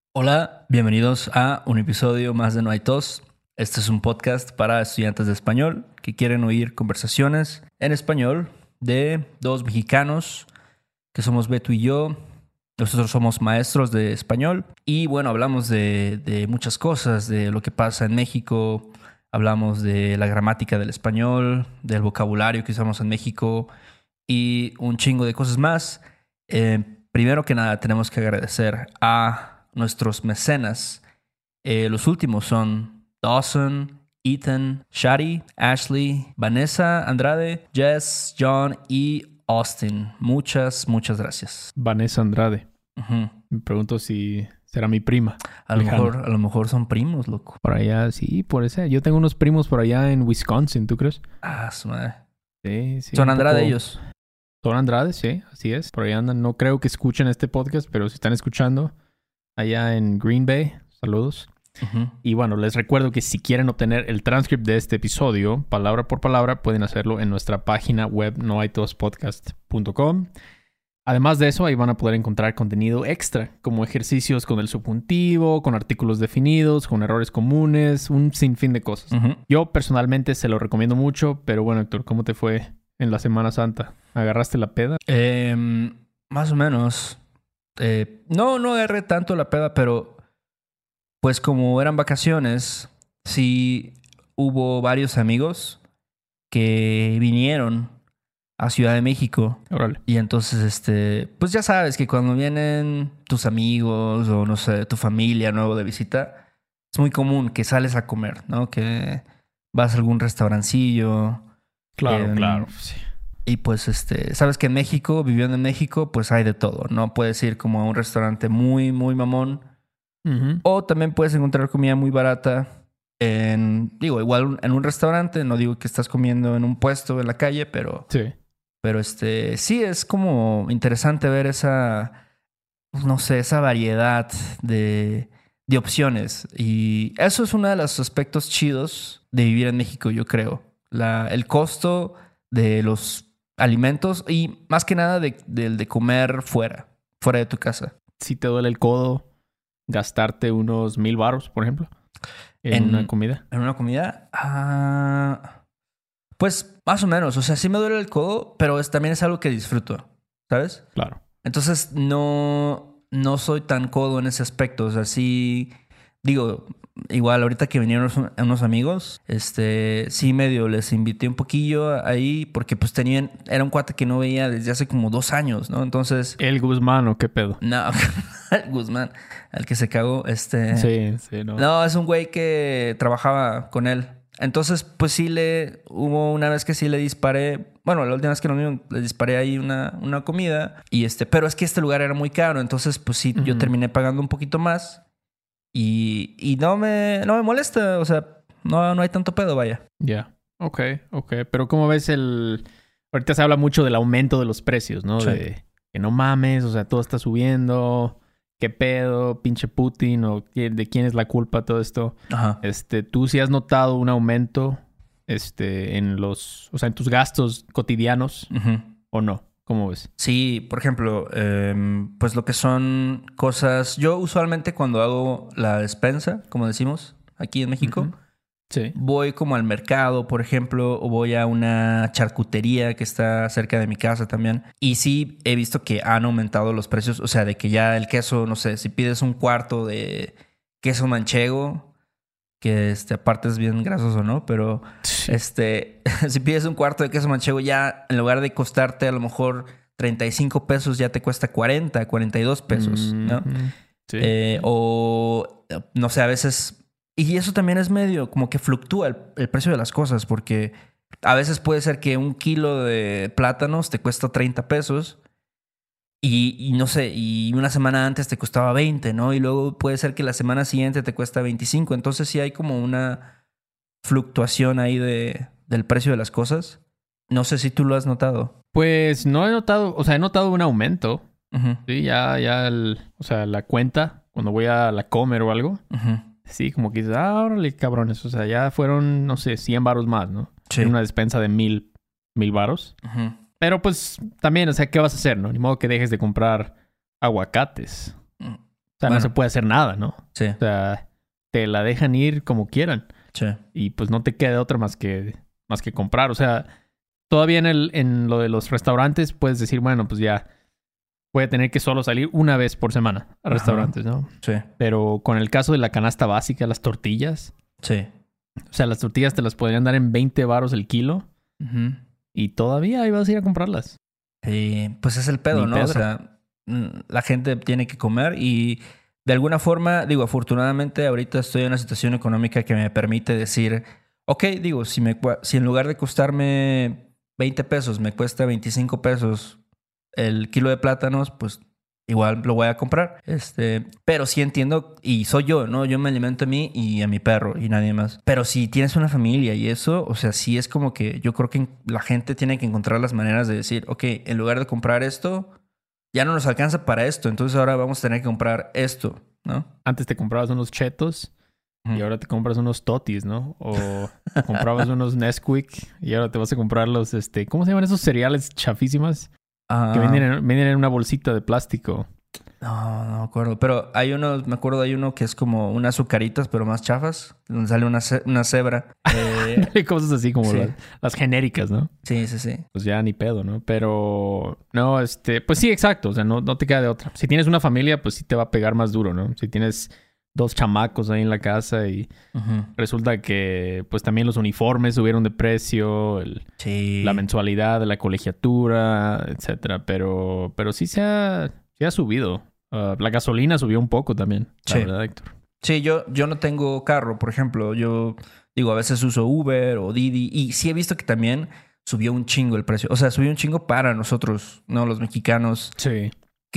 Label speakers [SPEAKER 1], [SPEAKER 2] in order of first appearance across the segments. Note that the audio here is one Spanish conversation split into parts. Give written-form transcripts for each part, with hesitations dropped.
[SPEAKER 1] Hola, bienvenidos a un episodio más de No hay tos. Este es un podcast para estudiantes de español que quieren oír conversaciones en español de dos mexicanos que somos Beto y yo. Nosotros somos maestros de español y bueno, hablamos de muchas cosas, de lo que pasa en México, hablamos de la gramática del español, del vocabulario que usamos en México y un chingo de cosas más. Primero que nada, tenemos que agradecer a nuestros mecenas. Los últimos son Dawson, Ethan, Shadi, Ashley, Vanessa Andrade, Jess, John y Austin. Muchas gracias.
[SPEAKER 2] Vanessa Andrade.
[SPEAKER 1] Ujú.
[SPEAKER 2] Me pregunto si será mi prima.
[SPEAKER 1] A lo
[SPEAKER 2] lejana.
[SPEAKER 1] mejor, a lo mejor son primos, loco.
[SPEAKER 2] Por allá, sí, por ese. Yo tengo unos primos por allá en Wisconsin, ¿tú crees?
[SPEAKER 1] Ah, su madre.
[SPEAKER 2] Sí, sí.
[SPEAKER 1] Son
[SPEAKER 2] un
[SPEAKER 1] Andrade
[SPEAKER 2] poco-
[SPEAKER 1] ellos.
[SPEAKER 2] Son Andrade, sí, así es. Por allá andan. No creo que escuchen este podcast, pero si están escuchando allá en Green Bay, saludos.
[SPEAKER 1] Ujú.
[SPEAKER 2] Y bueno, les recuerdo que si quieren obtener el transcript de este episodio, palabra por palabra, pueden hacerlo en nuestra página web noaitospodcast.com. Además de eso, ahí van a poder encontrar contenido extra, como ejercicios con el subjuntivo, con artículos definidos, con errores comunes, un sinfín de cosas.
[SPEAKER 1] Ujú.
[SPEAKER 2] Yo personalmente se lo recomiendo mucho, pero bueno, Héctor, ¿cómo te fue en la Semana Santa? ¿Agarraste la peda?
[SPEAKER 1] Más o menos. No agarré tanto la peda, pero pues como eran vacaciones, sí hubo varios amigos que vinieron a Ciudad de México.
[SPEAKER 2] Órale.
[SPEAKER 1] Y entonces, pues ya sabes que cuando vienen tus amigos o no sé, tu familia nuevo de visita, es muy común que sales a comer, ¿no? Que vas a algún restaurancillo.
[SPEAKER 2] Claro,
[SPEAKER 1] Em,
[SPEAKER 2] claro. Sí.
[SPEAKER 1] Y pues, sabes que en México, viviendo en México, pues hay de todo, ¿no? Puedes ir como a un restaurante muy mamón.
[SPEAKER 2] Ujú.
[SPEAKER 1] O también puedes encontrar comida muy barata igual en un restaurante. No digo que estás comiendo en un puesto en la calle, pero
[SPEAKER 2] Sí.
[SPEAKER 1] sí es como interesante ver no sé, esa variedad de opciones. Y eso es uno de los aspectos chidos de vivir en México, yo creo. El costo de los alimentos y más que nada del de comer fuera de tu casa.
[SPEAKER 2] Si te duele el codo, gastarte unos 1,000 varos, por ejemplo, en una comida.
[SPEAKER 1] En una comida, pues más o menos. O sea, sí me duele el codo, pero también es algo que disfruto, ¿sabes?
[SPEAKER 2] Claro.
[SPEAKER 1] Entonces no soy tan codo en ese aspecto. O sea, sí, digo, igual ahorita que vinieron unos amigos, sí medio les invité un poquillo ahí porque pues era un cuate que no veía desde hace como 2 años, ¿no? Entonces,
[SPEAKER 2] El Guzmán, ¿o qué pedo?
[SPEAKER 1] no, Guzmán, al que se cagó,
[SPEAKER 2] Sí, sí, no.
[SPEAKER 1] no, es un güey que trabajaba con él. Entonces, pues hubo una vez que sí le disparé. Bueno, la última vez que nos vimos, le disparé ahí una comida. Pero es que este lugar era muy caro. Entonces, pues sí, yo
[SPEAKER 2] Ujú.
[SPEAKER 1] terminé pagando un poquito más. Y no me molesta. O sea, no hay tanto pedo, vaya.
[SPEAKER 2] Ya. Ok. Pero ¿cómo ves ahorita se habla mucho del aumento de los precios, ¿no?
[SPEAKER 1] Sí.
[SPEAKER 2] De que no mames, o sea, todo está subiendo. ¿Qué pedo? Pinche Putin, o de quién es la culpa todo esto.
[SPEAKER 1] Ajá.
[SPEAKER 2] ¿Tú sí has notado un aumento, o sea, en tus gastos cotidianos
[SPEAKER 1] Ujú.
[SPEAKER 2] o no? ¿Cómo ves?
[SPEAKER 1] Sí, por ejemplo, pues lo que son cosas. Yo usualmente cuando hago la despensa, como decimos aquí en México.
[SPEAKER 2] Ujú. Sí.
[SPEAKER 1] Voy como al mercado, por ejemplo, o voy a una charcutería que está cerca de mi casa también. Y sí he visto que han aumentado los precios. O sea, de que ya el queso, no sé, si pides un cuarto de queso manchego, que aparte es bien grasoso, ¿no? Pero
[SPEAKER 2] Sí.
[SPEAKER 1] si pides un cuarto de queso manchego, ya en lugar de costarte a lo mejor 35 pesos, ya te cuesta 42 pesos, ¿no?
[SPEAKER 2] Ujú. Sí.
[SPEAKER 1] O no sé, a veces. Y eso también es medio como que fluctúa el precio de las cosas, porque a veces puede ser que un kilo de plátanos te cuesta 30 pesos y no sé, y una semana antes te costaba 20, ¿no? Y luego puede ser que la semana siguiente te cuesta 25. Entonces sí hay como una fluctuación ahí del precio de las cosas. No sé si tú lo has notado.
[SPEAKER 2] Pues no he notado, o sea, he notado un aumento.
[SPEAKER 1] Ujú,
[SPEAKER 2] Sí, o sea, la cuenta, cuando voy a la comer o algo,
[SPEAKER 1] ujú.
[SPEAKER 2] sí, como que dices, órale, cabrones, o sea, ya fueron, no sé, 100 varos más, ¿no?
[SPEAKER 1] Sí.
[SPEAKER 2] En una despensa de 1,000 varos.
[SPEAKER 1] Ujú.
[SPEAKER 2] Pero pues también, o sea, ¿qué vas a hacer, no? Ni modo que dejes de comprar aguacates. sea, no se puede hacer nada, ¿no?
[SPEAKER 1] Sí.
[SPEAKER 2] O sea, te la dejan ir como quieran.
[SPEAKER 1] Sí.
[SPEAKER 2] Y pues no te queda otra más que comprar. O sea, todavía en lo de los restaurantes puedes decir, bueno, pues ya voy a tener que solo salir una vez por semana a restaurantes, ¿no?
[SPEAKER 1] Sí.
[SPEAKER 2] Pero con el caso de la canasta básica, las tortillas.
[SPEAKER 1] Sí.
[SPEAKER 2] O sea, las tortillas te las podrían dar en 20 varos el kilo.
[SPEAKER 1] Uh-huh.
[SPEAKER 2] Y todavía ahí vas a ir a comprarlas.
[SPEAKER 1] Pues es el pedo,
[SPEAKER 2] Ni
[SPEAKER 1] ¿no?
[SPEAKER 2] Pedro.
[SPEAKER 1] O sea, la gente tiene que comer y de alguna forma, digo, afortunadamente ahorita estoy en una situación económica que me permite decir, ok, digo, si en lugar de costarme 20 pesos me cuesta 25 pesos el kilo de plátanos, pues igual lo voy a comprar. Pero sí entiendo, y soy yo, ¿no? Yo me alimento a mí y a mi perro y nadie más. Pero si tienes una familia y eso, o sea, sí es como que yo creo que la gente tiene que encontrar las maneras de decir, ok, en lugar de comprar esto, ya no nos alcanza para esto, entonces ahora vamos a tener que comprar esto, ¿no?
[SPEAKER 2] Antes te comprabas unos chetos y ahora te compras unos totis, ¿no? O comprabas unos Nesquik y ahora te vas a comprar los, ¿cómo se llaman esos cereales chafísimas? Que venden en una bolsita de plástico.
[SPEAKER 1] No me acuerdo. Pero me acuerdo hay uno que es como unas azucaritas, pero más chafas, donde sale una cebra.
[SPEAKER 2] Cosas así como
[SPEAKER 1] sí.
[SPEAKER 2] las genéricas, ¿no?
[SPEAKER 1] Sí.
[SPEAKER 2] Pues ya ni pedo, ¿no? Pero no, pues sí, exacto. O sea, no te queda de otra. Si tienes una familia, pues sí te va a pegar más duro, ¿no? Si tienes 2 chamacos ahí en la casa y resulta que pues también los uniformes subieron de precio, la mensualidad de la colegiatura, etcétera. Pero sí se ha subido. La gasolina subió un poco también, la verdad, Héctor.
[SPEAKER 1] Sí, yo no tengo carro, por ejemplo. Yo digo, a veces uso Uber o Didi y sí he visto que también subió un chingo el precio. O sea, subió un chingo para nosotros, ¿no? Los mexicanos.
[SPEAKER 2] Sí.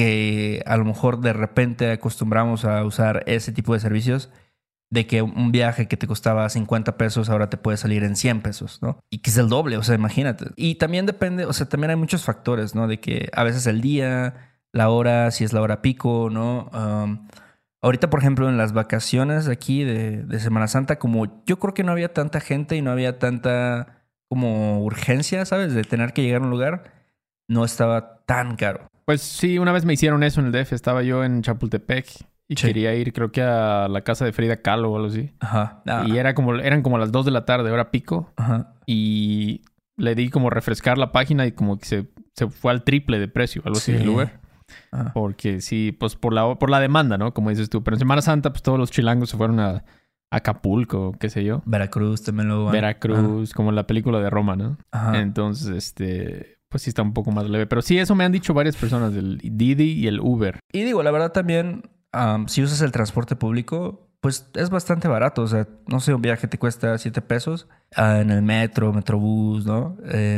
[SPEAKER 1] Que a lo mejor de repente acostumbramos a usar ese tipo de servicios, de que un viaje que te costaba 50 pesos ahora te puede salir en 100 pesos, ¿no? Y que es el doble, o sea, imagínate. Y también depende, o sea, también hay muchos factores, ¿no? De que a veces el día, la hora, si es la hora pico, ¿no? Ahorita, por ejemplo, en las vacaciones aquí de Semana Santa, como yo creo que no había tanta gente y no había tanta como urgencia, ¿sabes? De tener que llegar a un lugar, no estaba tan caro.
[SPEAKER 2] Pues sí, una vez me hicieron eso en el DF. Estaba yo en Chapultepec y quería ir, creo que a la casa de Frida Kahlo o algo así.
[SPEAKER 1] Ajá.
[SPEAKER 2] Y eran como las 2 de la tarde, hora pico.
[SPEAKER 1] Ajá.
[SPEAKER 2] Y le di como refrescar la página y como que se fue al triple de precio, algo así, el Uber. Ajá. Porque sí, pues por la demanda, ¿no? Como dices tú. Pero en Semana Santa, pues todos los chilangos se fueron a Acapulco, qué sé yo.
[SPEAKER 1] Veracruz también lo van.
[SPEAKER 2] Veracruz, como en la película de Roma, ¿no?
[SPEAKER 1] Ajá.
[SPEAKER 2] Entonces, pues sí está un poco más leve. Pero sí, eso me han dicho varias personas, del Didi y el Uber.
[SPEAKER 1] Y digo, la verdad también, si usas el transporte público, pues es bastante barato. O sea, no sé, un viaje te cuesta 7 pesos en el metro, metrobús, ¿no?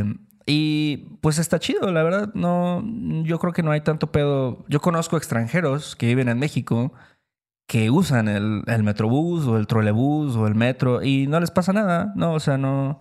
[SPEAKER 1] Y pues está chido, la verdad. No, yo creo que no hay tanto pedo. Yo conozco extranjeros que viven en México que usan el metrobús o el trolebús o el metro y no les pasa nada, ¿no? O sea, no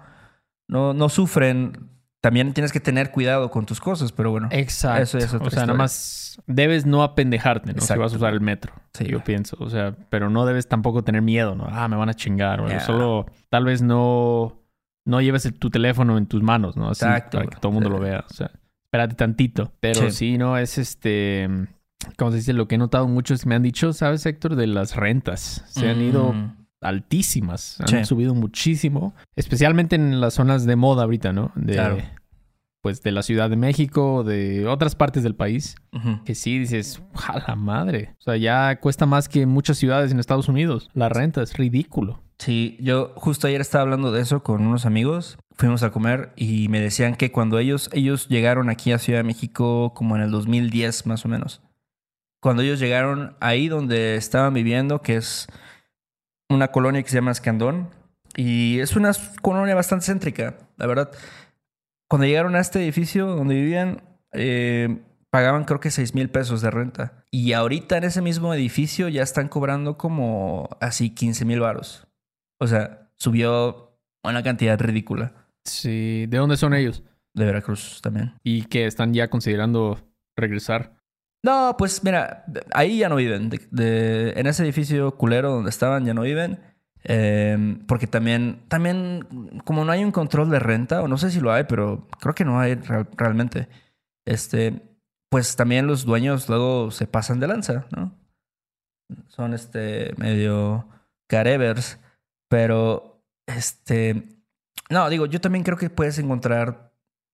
[SPEAKER 1] sufren. También tienes que tener cuidado con tus cosas, pero bueno.
[SPEAKER 2] Exacto.
[SPEAKER 1] Eso es otra
[SPEAKER 2] historia. Nada más debes no apendejarte, ¿no? Exacto. Si vas a usar el metro. Sí. Yo pienso. O sea, pero no debes tampoco tener miedo, ¿no? Me van a chingar. O solo tal vez no lleves tu teléfono en tus manos, ¿no? Así, exacto. Para que todo el mundo lo vea. O sea, espérate tantito. Pero sí, no, es ¿cómo se dice? Lo que he notado muchos me han dicho, ¿sabes, Héctor? De las rentas. Se han ido altísimas. Han subido muchísimo. Especialmente en las zonas de moda ahorita, ¿no? Pues de la Ciudad de México, de otras partes del país. Que sí, dices, ¡a la madre! O sea, ya cuesta más que en muchas ciudades en Estados Unidos. La renta es ridículo.
[SPEAKER 1] Sí, yo justo ayer estaba hablando de eso con unos amigos. Fuimos a comer y me decían que cuando ellos llegaron aquí a Ciudad de México como en el 2010 más o menos. Cuando ellos llegaron ahí donde estaban viviendo, que es una colonia que se llama Escandón. Y es una colonia bastante céntrica, la verdad. Cuando llegaron a este edificio donde vivían, pagaban creo que 6,000 pesos de renta. Y ahorita en ese mismo edificio ya están cobrando como así 15,000 varos. O sea, subió una cantidad ridícula.
[SPEAKER 2] Sí. ¿De dónde son ellos?
[SPEAKER 1] De Veracruz también.
[SPEAKER 2] ¿Y que están ya considerando regresar?
[SPEAKER 1] No, pues mira, ahí ya no viven. En ese edificio culero donde estaban ya no viven. Porque también, como no hay un control de renta, o no sé si lo hay, pero creo que no hay realmente. Pues también los dueños luego se pasan de lanza, ¿no? son medio carevers, pero no, digo, yo también creo que puedes encontrar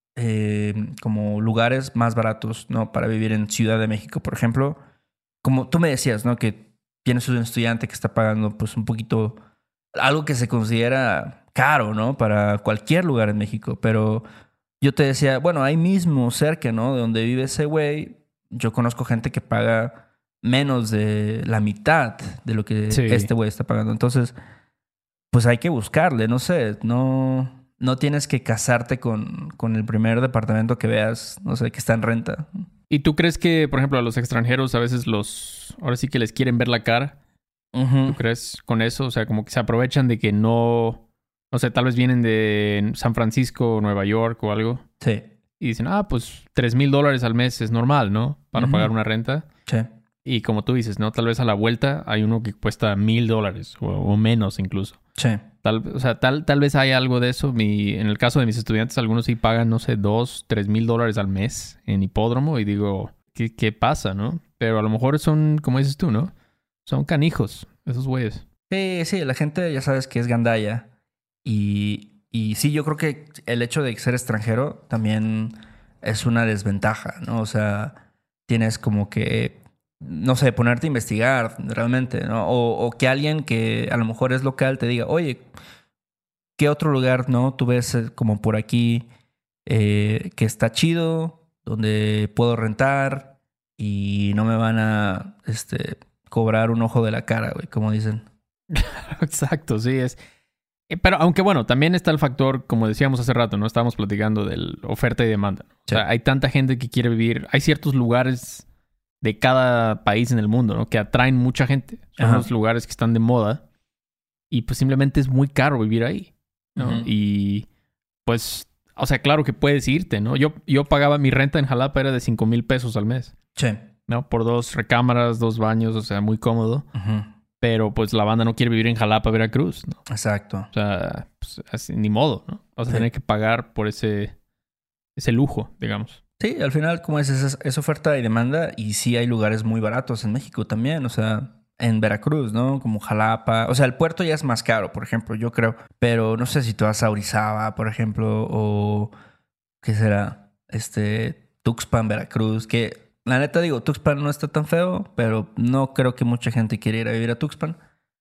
[SPEAKER 1] como lugares más baratos, ¿no? Para vivir en Ciudad de México, por ejemplo. Como tú me decías, ¿no? Que tienes un estudiante que está pagando pues un poquito, algo que se considera caro, ¿no? Para cualquier lugar en México. Pero yo te decía, bueno, ahí mismo cerca, ¿no? De donde vive ese güey, yo conozco gente que paga menos de la mitad de lo que
[SPEAKER 2] Sí.
[SPEAKER 1] este güey está pagando. Entonces, pues hay que buscarle, no sé, no tienes que casarte con el primer departamento que veas, no sé, que está en renta.
[SPEAKER 2] ¿Y tú crees que, por ejemplo, a los extranjeros a veces ahora sí que les quieren ver la cara?
[SPEAKER 1] Ujú.
[SPEAKER 2] ¿Tú crees con eso? O sea, como que se aprovechan de que no sé, tal vez vienen de San Francisco o Nueva York o algo
[SPEAKER 1] Sí,
[SPEAKER 2] y dicen, pues $3,000 al mes es normal, ¿no? Para
[SPEAKER 1] Ujú.
[SPEAKER 2] pagar una renta.
[SPEAKER 1] sí,
[SPEAKER 2] Y como tú dices, ¿no? Tal vez a la vuelta hay uno que cuesta $1,000 o menos incluso.
[SPEAKER 1] sí.
[SPEAKER 2] Tal vez hay algo de eso. En el caso de mis estudiantes, algunos sí pagan, no sé, $2,000-$3,000 al mes en hipódromo. Y digo, ¿qué pasa, no? Pero a lo mejor son, como dices tú, ¿no? Son canijos, esos güeyes.
[SPEAKER 1] Sí, la gente ya sabes que es gandalla. Y sí, yo creo que el hecho de ser extranjero también es una desventaja, ¿no? O sea, tienes como que, no sé, ponerte a investigar realmente, ¿no? O que alguien que a lo mejor es local te diga, oye, ¿qué otro lugar, no? Tú ves como por aquí que está chido, donde puedo rentar y no me van a cobrar un ojo de la cara, güey, como dicen.
[SPEAKER 2] Exacto, sí es. Pero aunque bueno, también está el factor, como decíamos hace rato, ¿no? Estábamos platicando del oferta y demanda, ¿no?
[SPEAKER 1] Sí.
[SPEAKER 2] O sea, hay tanta gente que quiere vivir. Hay ciertos lugares de cada país en el mundo, ¿no? Que atraen mucha gente. Son
[SPEAKER 1] Ajá.
[SPEAKER 2] los lugares que están de moda. Y pues simplemente es muy caro vivir ahí, ¿no?
[SPEAKER 1] Ujú.
[SPEAKER 2] Y pues, o sea, claro que puedes irte, ¿no? Yo pagaba mi renta en Jalapa, era de $5,000 al mes,
[SPEAKER 1] Sí.
[SPEAKER 2] ¿no? Por 2 recámaras, 2 baños, o sea, muy cómodo.
[SPEAKER 1] Ujú.
[SPEAKER 2] Pero pues la banda no quiere vivir en Jalapa, Veracruz, ¿no?
[SPEAKER 1] Exacto.
[SPEAKER 2] O sea, pues, así, ni modo, ¿no? Vas a
[SPEAKER 1] Sí.
[SPEAKER 2] tener que pagar por ese lujo, digamos.
[SPEAKER 1] Sí, al final, como es oferta y demanda, y sí hay lugares muy baratos en México también, o sea, en Veracruz, ¿no? Como Jalapa. O sea, el puerto ya es más caro, por ejemplo, yo creo. Pero no sé si tú vas a Orizaba, por ejemplo, o ¿qué será? Tuxpan, Veracruz, que la neta digo, Tuxpan no está tan feo, pero no creo que mucha gente quiera ir a vivir a Tuxpan.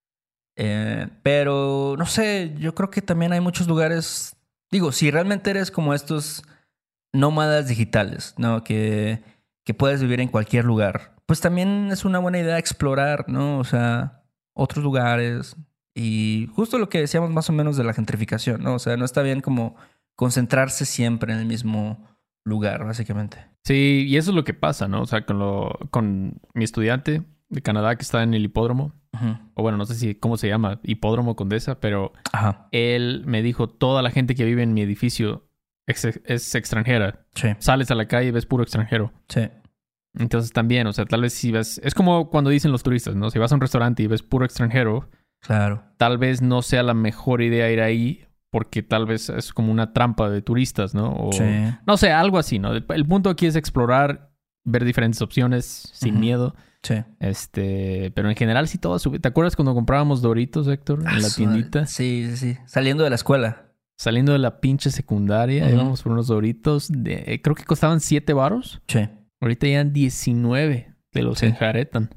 [SPEAKER 1] Pero no sé, yo creo que también hay muchos lugares. Digo, si realmente eres como estos nómadas digitales, ¿no? Que puedes vivir en cualquier lugar, pues también es una buena idea explorar, ¿no? O sea, otros lugares. Y justo lo que decíamos más o menos de la gentrificación, ¿no? O sea, no está bien como concentrarse siempre en el mismo lugar, básicamente.
[SPEAKER 2] Sí, y eso es lo que pasa, ¿no? O sea, con mi estudiante de Canadá que está en el hipódromo,
[SPEAKER 1] Ujú.
[SPEAKER 2] o bueno, no sé si cómo se llama, hipódromo Condesa, pero
[SPEAKER 1] Ajá.
[SPEAKER 2] él me dijo, toda la gente que vive en mi edificio es extranjera.
[SPEAKER 1] Sí,
[SPEAKER 2] Sales a la calle y ves puro extranjero.
[SPEAKER 1] sí,
[SPEAKER 2] Entonces también, o sea, tal vez si ves... Es como cuando dicen los turistas, ¿no? Si vas a un restaurante y ves puro extranjero,
[SPEAKER 1] claro.
[SPEAKER 2] tal vez no sea la mejor idea ir ahí porque tal vez es como una trampa de turistas, ¿no? O
[SPEAKER 1] Sí.
[SPEAKER 2] no sé, algo así, ¿no? El punto aquí es explorar, ver diferentes opciones sin
[SPEAKER 1] Ujú.
[SPEAKER 2] miedo.
[SPEAKER 1] Sí.
[SPEAKER 2] Pero en general sí todo sube. ¿Te acuerdas cuando comprábamos Doritos, Héctor, en la tiendita?
[SPEAKER 1] Sí, sí, sí. Saliendo de la escuela.
[SPEAKER 2] Saliendo de la pinche secundaria,
[SPEAKER 1] Ujú.
[SPEAKER 2] íbamos por unos Doritos creo que costaban $7.
[SPEAKER 1] Sí.
[SPEAKER 2] Ahorita ya 19. Te los
[SPEAKER 1] Sí.
[SPEAKER 2] enjaretan.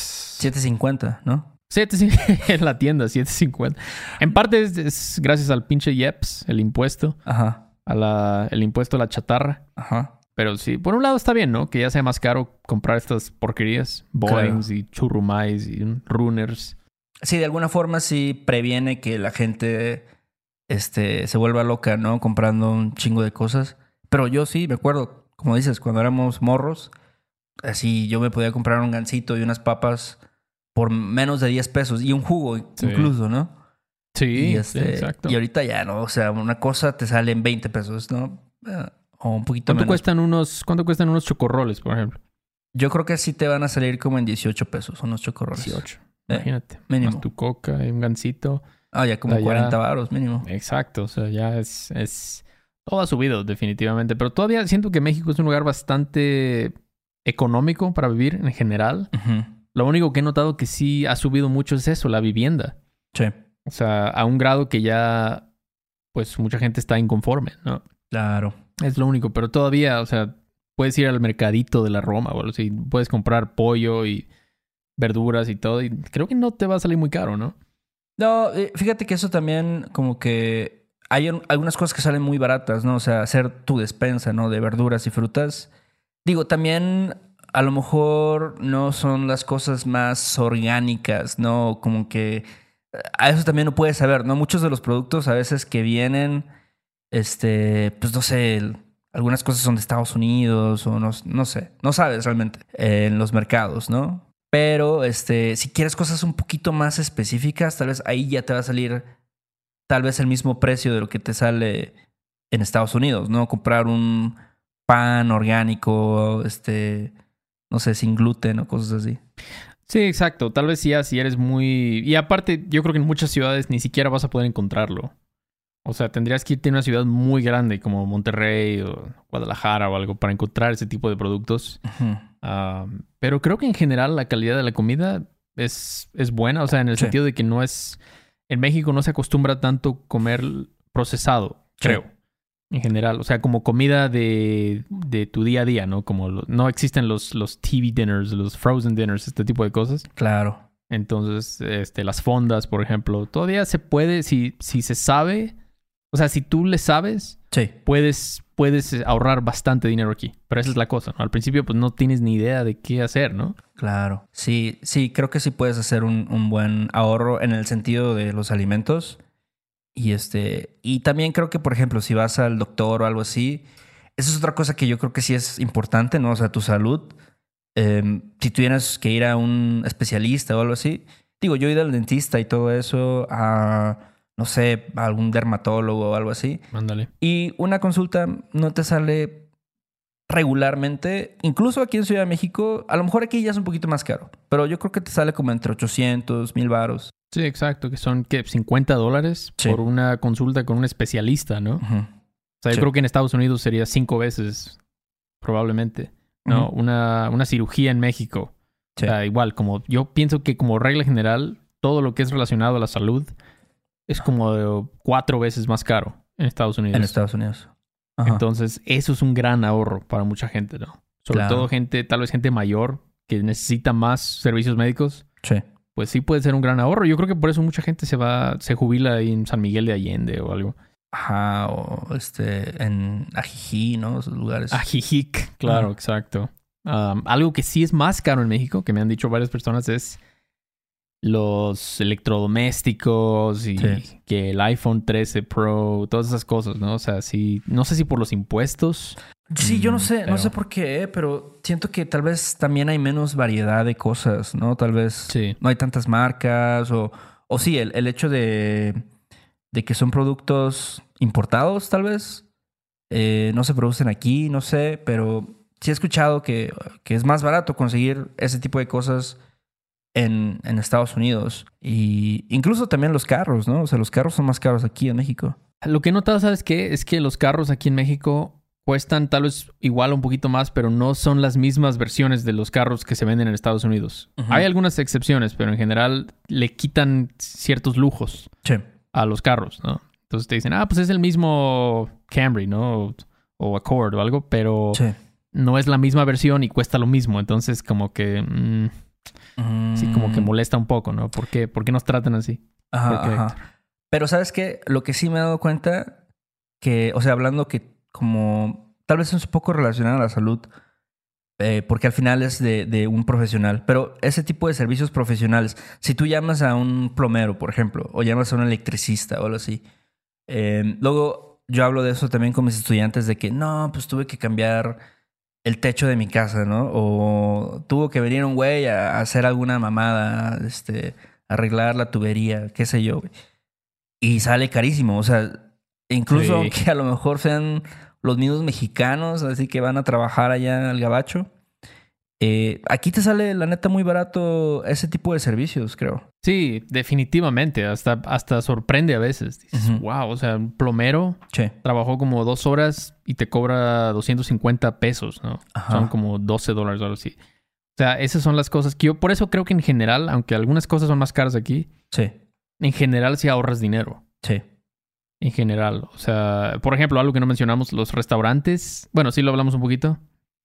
[SPEAKER 1] 7.50, ¿no?
[SPEAKER 2] 7 en la tienda, 7.50. En parte es gracias al pinche IEPS, el impuesto,
[SPEAKER 1] Ajá.
[SPEAKER 2] el impuesto a la chatarra.
[SPEAKER 1] Ajá.
[SPEAKER 2] Pero sí, por un lado está bien, ¿no? Que ya sea más caro comprar estas porquerías. Boings y churrumais y runners.
[SPEAKER 1] Sí, de alguna forma sí previene que la gente se vuelva loca, ¿no? Comprando un chingo de cosas. Pero yo sí, me acuerdo, como dices, cuando éramos morros, así yo me podía comprar un gansito y unas papas por menos de 10 pesos y un jugo
[SPEAKER 2] Sí.
[SPEAKER 1] incluso, ¿no?
[SPEAKER 2] Sí,
[SPEAKER 1] Y,
[SPEAKER 2] sí, exacto.
[SPEAKER 1] y ahorita ya, ¿no? O sea, una cosa te sale en 20 pesos, ¿no? O un poquito
[SPEAKER 2] ¿Cuánto
[SPEAKER 1] menos.
[SPEAKER 2] cuánto cuestan unos chocorroles, por ejemplo?
[SPEAKER 1] Yo creo que sí te van a salir como en 18 pesos unos chocorroles.
[SPEAKER 2] 18. Imagínate.
[SPEAKER 1] mínimo.
[SPEAKER 2] Más tu coca y un gansito.
[SPEAKER 1] Ah, ya como
[SPEAKER 2] Allá.
[SPEAKER 1] 40 varos mínimo.
[SPEAKER 2] Exacto. O sea, ya es... Todo ha subido definitivamente. Pero todavía siento que México es un lugar bastante económico para vivir en general.
[SPEAKER 1] Ujú.
[SPEAKER 2] Lo único que he notado que sí ha subido mucho es eso, la vivienda.
[SPEAKER 1] Sí.
[SPEAKER 2] O sea, a un grado que ya, pues, mucha gente está inconforme, ¿no?
[SPEAKER 1] Claro.
[SPEAKER 2] Es lo único, pero todavía, o sea, puedes ir al mercadito de la Roma o algo así. Puedes comprar pollo y verduras y todo. Y creo que no te va a salir muy caro, ¿no?
[SPEAKER 1] No, fíjate que eso también como que hay algunas cosas que salen muy baratas, ¿no? O sea, hacer tu despensa, ¿no? De verduras y frutas. Digo, también a lo mejor no son las cosas más orgánicas, ¿no? Como que a eso también no puedes saber, ¿no? Muchos de los productos a veces que vienen, pues no sé, algunas cosas son de Estados Unidos o no sé, no sabes realmente en los mercados, ¿no? Pero si quieres cosas un poquito más específicas, tal vez ahí ya te va a salir tal vez el mismo precio de lo que te sale en Estados Unidos, ¿no? Comprar un pan orgánico, no sé, sin gluten o cosas así.
[SPEAKER 2] Sí, exacto. Tal vez sí, si eres muy... Y aparte, yo creo que en muchas ciudades ni siquiera vas a poder encontrarlo. O sea, tendrías que irte a una ciudad muy grande como Monterrey o Guadalajara o algo para encontrar ese tipo de productos.
[SPEAKER 1] Ujú.
[SPEAKER 2] Pero creo que en general la calidad de la comida es buena. O sea, en el
[SPEAKER 1] Sí.
[SPEAKER 2] sentido de que no es... En México no se acostumbra tanto comer procesado,
[SPEAKER 1] Sí.
[SPEAKER 2] creo. En general. O sea, como comida de tu día a día, ¿no? Como no existen los TV dinners, los frozen dinners, este tipo de cosas.
[SPEAKER 1] Claro.
[SPEAKER 2] Entonces, las fondas, por ejemplo, todavía se puede, si se sabe... O sea, si tú le sabes,
[SPEAKER 1] Sí.
[SPEAKER 2] puedes ahorrar bastante dinero aquí. Pero esa es la cosa, ¿no? Al principio, pues no tienes ni idea de qué hacer, ¿no?
[SPEAKER 1] Claro. Sí, creo que sí puedes hacer un buen ahorro en el sentido de los alimentos. Y también creo que, por ejemplo, si vas al doctor o algo así, esa es otra cosa que yo creo que sí es importante, ¿no? O sea, tu salud. Si tuvieras que ir a un especialista o algo así. Digo, yo he ido al dentista y todo eso, no sé, a algún dermatólogo o algo así.
[SPEAKER 2] Ándale.
[SPEAKER 1] Y una consulta no te sale regularmente, incluso aquí en Ciudad de México, a lo mejor aquí ya es un poquito más caro, pero yo creo que te sale como entre 800, 1000 varos.
[SPEAKER 2] Sí, exacto. Que son, ¿qué? $50
[SPEAKER 1] Sí.
[SPEAKER 2] por una consulta con un especialista, ¿no? O
[SPEAKER 1] Ujú.
[SPEAKER 2] sea, yo
[SPEAKER 1] Sí.
[SPEAKER 2] creo que en Estados Unidos sería 5 veces, probablemente. No,
[SPEAKER 1] Ujú.
[SPEAKER 2] una cirugía en México.
[SPEAKER 1] Sí.
[SPEAKER 2] O sea, igual, como yo pienso que como regla general, todo lo que es relacionado a la salud es como 4 veces más caro en Estados Unidos.
[SPEAKER 1] En Estados Unidos. Ajá.
[SPEAKER 2] Entonces, eso es un gran ahorro para mucha gente, ¿no? Sobre
[SPEAKER 1] Claro.
[SPEAKER 2] todo gente, tal vez gente mayor que necesita más servicios médicos,
[SPEAKER 1] Sí.
[SPEAKER 2] pues sí puede ser un gran ahorro. Yo creo que por eso mucha gente se jubila ahí en San Miguel de Allende o algo.
[SPEAKER 1] Ajá, o en Ajijí, ¿no? Esos lugares.
[SPEAKER 2] Ajijic, claro,
[SPEAKER 1] Ajá.
[SPEAKER 2] exacto. Algo que sí es más caro en México, que me han dicho varias personas, es los electrodomésticos y
[SPEAKER 1] Sí.
[SPEAKER 2] que el iPhone 13 Pro, todas esas cosas, ¿no? O sea, sí, no sé si por los impuestos.
[SPEAKER 1] Sí, yo no sé
[SPEAKER 2] pero-
[SPEAKER 1] por qué, pero siento que tal vez también hay menos variedad de cosas, ¿no? Tal vez
[SPEAKER 2] Sí.
[SPEAKER 1] no hay tantas marcas o sí, el hecho de que son productos importados, tal vez. No se producen aquí, no sé, pero sí he escuchado que es más barato conseguir ese tipo de cosas en Estados Unidos. Y incluso también los carros, ¿no? O sea, los carros son más caros aquí en México.
[SPEAKER 2] Lo que he notado, ¿sabes qué? Es que los carros aquí en México cuestan tal vez igual o un poquito más, pero no son las mismas versiones de los carros que se venden en Estados Unidos.
[SPEAKER 1] Ujú.
[SPEAKER 2] Hay algunas excepciones, pero en general le quitan ciertos lujos
[SPEAKER 1] Sí.
[SPEAKER 2] a los carros, ¿no? Entonces te dicen, pues es el mismo Camry, ¿no? O Accord o algo, pero
[SPEAKER 1] Sí.
[SPEAKER 2] no es la misma versión y cuesta lo mismo. Entonces como que sí, como que molesta un poco, ¿no? ¿Por qué nos tratan así?
[SPEAKER 1] Ajá,
[SPEAKER 2] ¿Por qué,
[SPEAKER 1] ajá.
[SPEAKER 2] Héctor?
[SPEAKER 1] Pero ¿sabes qué? Lo que sí me he dado cuenta que, o sea, hablando que como tal vez es un poco relacionado a la salud, porque al final es de un profesional, pero ese tipo de servicios profesionales, si tú llamas a un plomero, por ejemplo, o llamas a un electricista o algo así, luego yo hablo de eso también con mis estudiantes de que no, pues tuve que cambiar el techo de mi casa, ¿no? O tuvo que venir un güey a hacer alguna mamada, arreglar la tubería, qué sé yo, güey. Y sale carísimo, o sea, incluso
[SPEAKER 2] Sí.
[SPEAKER 1] aunque a lo mejor sean los mismos mexicanos, así que van a trabajar allá al gabacho, aquí te sale la neta muy barato ese tipo de servicios, creo.
[SPEAKER 2] Sí, definitivamente. Hasta sorprende a veces. Dices,
[SPEAKER 1] Ujú.
[SPEAKER 2] wow, o sea, un plomero
[SPEAKER 1] Sí.
[SPEAKER 2] trabajó como 2 horas y te cobra 250 pesos, ¿no?
[SPEAKER 1] Ajá.
[SPEAKER 2] Son como $12 o algo así. O sea, esas son las cosas que yo... Por eso creo que en general, aunque algunas cosas son más caras aquí,
[SPEAKER 1] Sí,
[SPEAKER 2] en general sí ahorras dinero.
[SPEAKER 1] sí.
[SPEAKER 2] En general. O sea, por ejemplo, algo que no mencionamos, los restaurantes. Bueno, sí lo hablamos un poquito.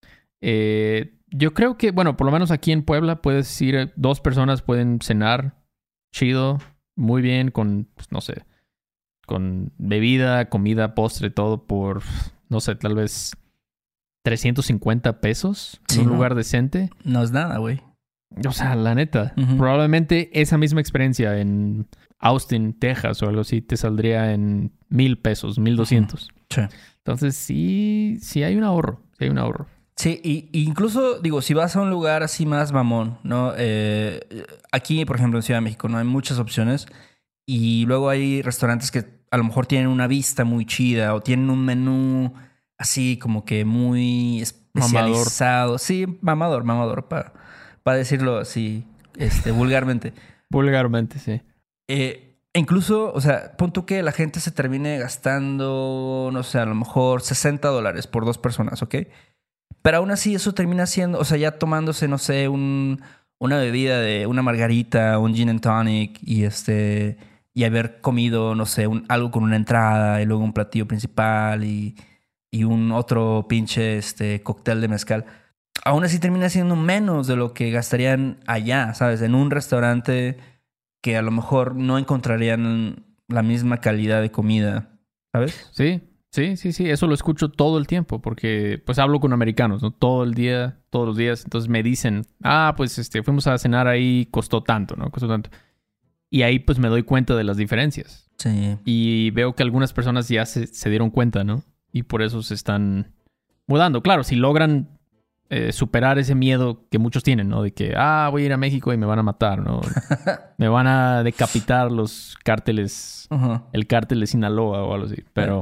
[SPEAKER 2] Yo creo que, bueno, por lo menos aquí en Puebla puedes ir, 2 personas pueden cenar chido, muy bien, con, pues, no sé, con bebida, comida, postre, todo por, no sé, tal vez 350 pesos en
[SPEAKER 1] Sí,
[SPEAKER 2] un
[SPEAKER 1] no.
[SPEAKER 2] lugar decente.
[SPEAKER 1] No es nada, güey.
[SPEAKER 2] O sea, la neta,
[SPEAKER 1] Ujú.
[SPEAKER 2] probablemente esa misma experiencia en Austin, Texas o algo así te saldría en 1,000 pesos, 1,200.
[SPEAKER 1] Sí.
[SPEAKER 2] Entonces sí hay un ahorro, sí hay un ahorro.
[SPEAKER 1] Sí, y incluso, digo, si vas a un lugar así más mamón, ¿no? Aquí, por ejemplo, en Ciudad de México, ¿no? Hay muchas opciones y luego hay restaurantes que a lo mejor tienen una vista muy chida o tienen un menú así como que muy especializado. Sí, mamador, para decirlo así, vulgarmente.
[SPEAKER 2] Vulgarmente, sí.
[SPEAKER 1] E incluso, o sea, pon tú que la gente se termine gastando, no sé, a lo mejor $60 por 2 personas, ¿ok? Pero aún así eso termina siendo, o sea, ya tomándose, no sé, una bebida de una margarita, un gin and tonic y haber comido, no sé, algo con una entrada y luego un platillo principal y un otro pinche cóctel de mezcal. Aún así termina siendo menos de lo que gastarían allá, ¿sabes? En un restaurante que a lo mejor no encontrarían la misma calidad de comida, ¿sabes?
[SPEAKER 2] Sí. Eso lo escucho todo el tiempo porque pues hablo con americanos, ¿no? Todo el día, todos los días. Entonces me dicen, pues fuimos a cenar ahí, costó tanto, ¿no? Costó tanto. Y ahí pues me doy cuenta de las diferencias.
[SPEAKER 1] Sí.
[SPEAKER 2] Y veo que algunas personas ya se dieron cuenta, ¿no? Y por eso se están mudando. Claro, si logran superar ese miedo que muchos tienen, ¿no? De que, voy a ir a México y me van a matar, ¿no? Me van a decapitar los cárteles,
[SPEAKER 1] Ujú.
[SPEAKER 2] el cártel de Sinaloa o algo así. Pero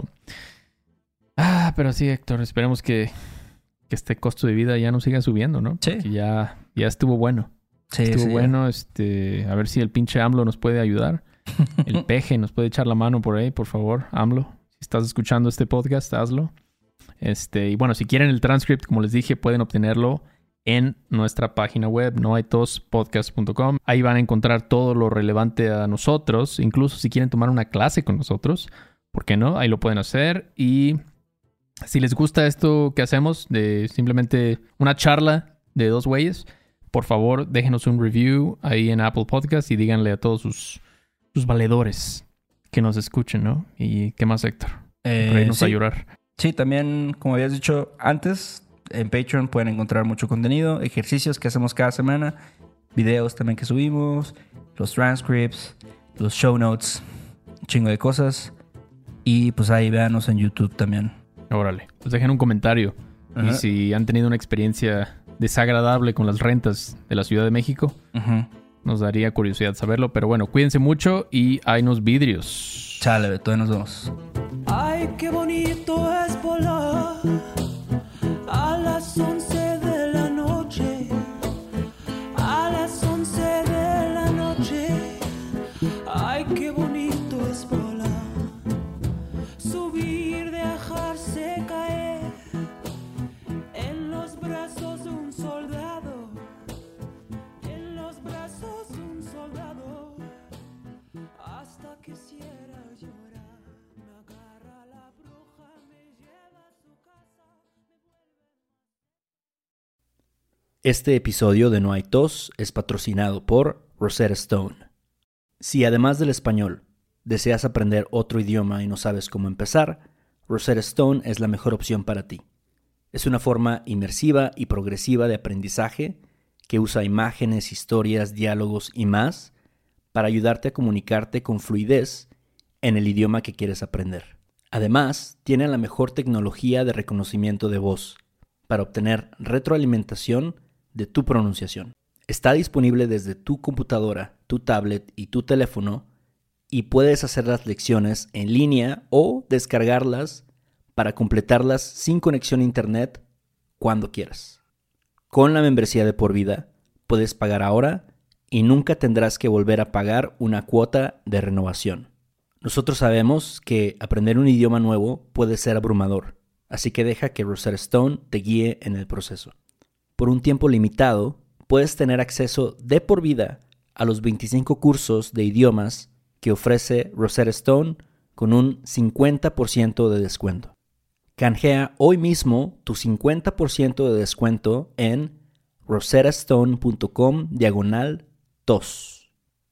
[SPEAKER 2] sí, Héctor, esperemos que este costo de vida ya no siga subiendo, ¿no?
[SPEAKER 1] Sí.
[SPEAKER 2] Que ya estuvo bueno.
[SPEAKER 1] Sí,
[SPEAKER 2] Estuvo
[SPEAKER 1] sí,
[SPEAKER 2] bueno, a ver si el pinche AMLO nos puede ayudar. El peje nos puede echar la mano por ahí, por favor, AMLO. Si estás escuchando este podcast, hazlo. Y bueno, si quieren el transcript, como les dije, pueden obtenerlo en nuestra página web, noaitospodcast.com. Ahí van a encontrar todo lo relevante a nosotros. Incluso si quieren tomar una clase con nosotros, ¿por qué no? Ahí lo pueden hacer. Y si les gusta esto que hacemos, de simplemente una charla de 2 güeyes, por favor, déjenos un review ahí en Apple Podcast y díganle a todos sus valedores que nos escuchen, ¿no? ¿Y qué más, Héctor? Reírnos a llorar.
[SPEAKER 1] Sí, también, como habías dicho antes, en Patreon pueden encontrar mucho contenido, ejercicios que hacemos cada semana, videos también que subimos, los transcripts, los show notes, un chingo de cosas. Y pues ahí véanos en YouTube también.
[SPEAKER 2] Órale, pues dejen un comentario.
[SPEAKER 1] Ajá.
[SPEAKER 2] Y si han tenido una experiencia desagradable con las rentas de la Ciudad de México, nos daría curiosidad saberlo. Pero bueno, cuídense mucho y haynos vidrios.
[SPEAKER 1] Chale, Beto, nos vemos.
[SPEAKER 3] Ay, qué bonito es volar a las 11 de la noche, a las 11 de la noche. Ay, qué bonito es volar, subir, dejarse caer en los brazos de un soldado, en los brazos de un soldado, hasta que quisiera llorar.
[SPEAKER 1] Este episodio de No hay tos es patrocinado por Rosetta Stone. Si además del español deseas aprender otro idioma y no sabes cómo empezar, Rosetta Stone es la mejor opción para ti. Es una forma inmersiva y progresiva de aprendizaje que usa imágenes, historias, diálogos y más para ayudarte a comunicarte con fluidez en el idioma que quieres aprender. Además, tiene la mejor tecnología de reconocimiento de voz para obtener retroalimentación de tu pronunciación. Está disponible desde tu computadora, tu tablet y tu teléfono y puedes hacer las lecciones en línea o descargarlas para completarlas sin conexión a internet cuando quieras. Con la membresía de por vida puedes pagar ahora y nunca tendrás que volver a pagar una cuota de renovación. Nosotros sabemos que aprender un idioma nuevo puede ser abrumador, así que deja que Rosetta Stone te guíe en el proceso. Por un tiempo limitado, puedes tener acceso de por vida a los 25 cursos de idiomas que ofrece Rosetta Stone con un 50% de descuento. Canjea hoy mismo tu 50% de descuento en rosettastone.com/tos.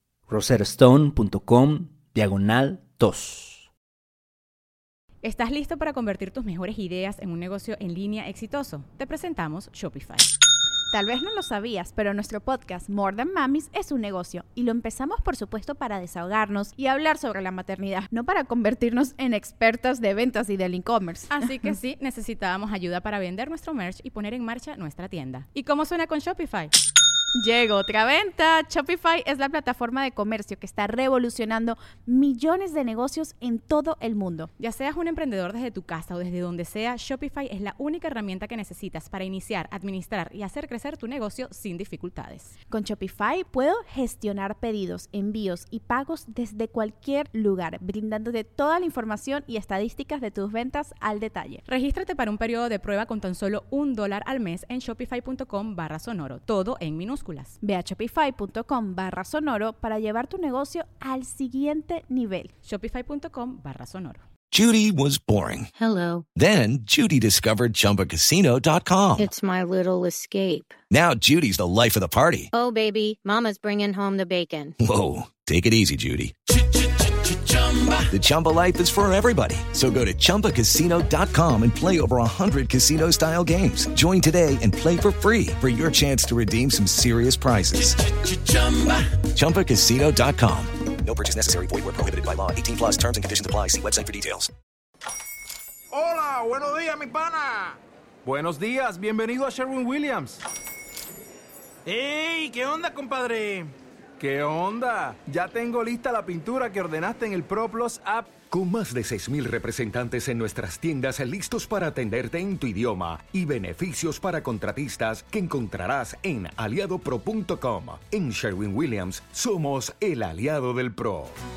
[SPEAKER 1] rosettastone.com/tos.
[SPEAKER 4] ¿Estás listo para convertir tus mejores ideas en un negocio en línea exitoso? Te presentamos Shopify.
[SPEAKER 5] Tal vez no lo sabías, pero nuestro podcast More Than Mamis es un negocio y lo empezamos por supuesto para desahogarnos y hablar sobre la maternidad, no para convertirnos en expertas de ventas y del e-commerce.
[SPEAKER 4] Así que sí, necesitábamos ayuda para vender nuestro merch y poner en marcha nuestra tienda. ¿Y cómo suena con Shopify?
[SPEAKER 5] Llegó otra venta. Shopify es la plataforma de comercio que está revolucionando millones de negocios en todo el mundo.
[SPEAKER 4] Ya seas un emprendedor desde tu casa o desde donde sea, Shopify es la única herramienta que necesitas para iniciar, administrar y hacer crecer tu negocio sin dificultades.
[SPEAKER 5] Con Shopify puedo gestionar pedidos, envíos y pagos desde cualquier lugar, brindándote toda la información y estadísticas de tus ventas al detalle.
[SPEAKER 4] Regístrate para un periodo de prueba con tan solo $1 al mes en shopify.com/sonoro, todo en minúsculas.
[SPEAKER 5] Ve a shopify.com/sonoro para llevar tu negocio al siguiente nivel.
[SPEAKER 4] Shopify.com/sonoro.
[SPEAKER 6] Judy was boring.
[SPEAKER 7] Hello.
[SPEAKER 6] Then Judy discovered ChumbaCasino.com.
[SPEAKER 7] It's my little escape.
[SPEAKER 6] Now Judy's the life of the party.
[SPEAKER 7] Oh, baby, mama's bringing home the bacon.
[SPEAKER 6] Whoa, take it easy, Judy. The Chumba life is for everybody. So go to ChumbaCasino.com and play over 100 casino-style games. Join today and play for free for your chance to redeem some serious prizes. ChumbaCasino.com. No purchase necessary. Void where prohibited by law. 18 plus terms and conditions apply. See website for details.
[SPEAKER 8] Hola, buenos días, mi pana.
[SPEAKER 9] Buenos días, bienvenido a Sherwin-Williams.
[SPEAKER 8] ¡Ey! ¿Qué onda, compadre?
[SPEAKER 9] ¿Qué onda? Ya tengo lista la pintura que ordenaste en el ProPlus app.
[SPEAKER 10] Con más de 6,000 representantes en nuestras tiendas listos para atenderte en tu idioma y beneficios para contratistas que encontrarás en aliadopro.com. En Sherwin-Williams somos el aliado del pro.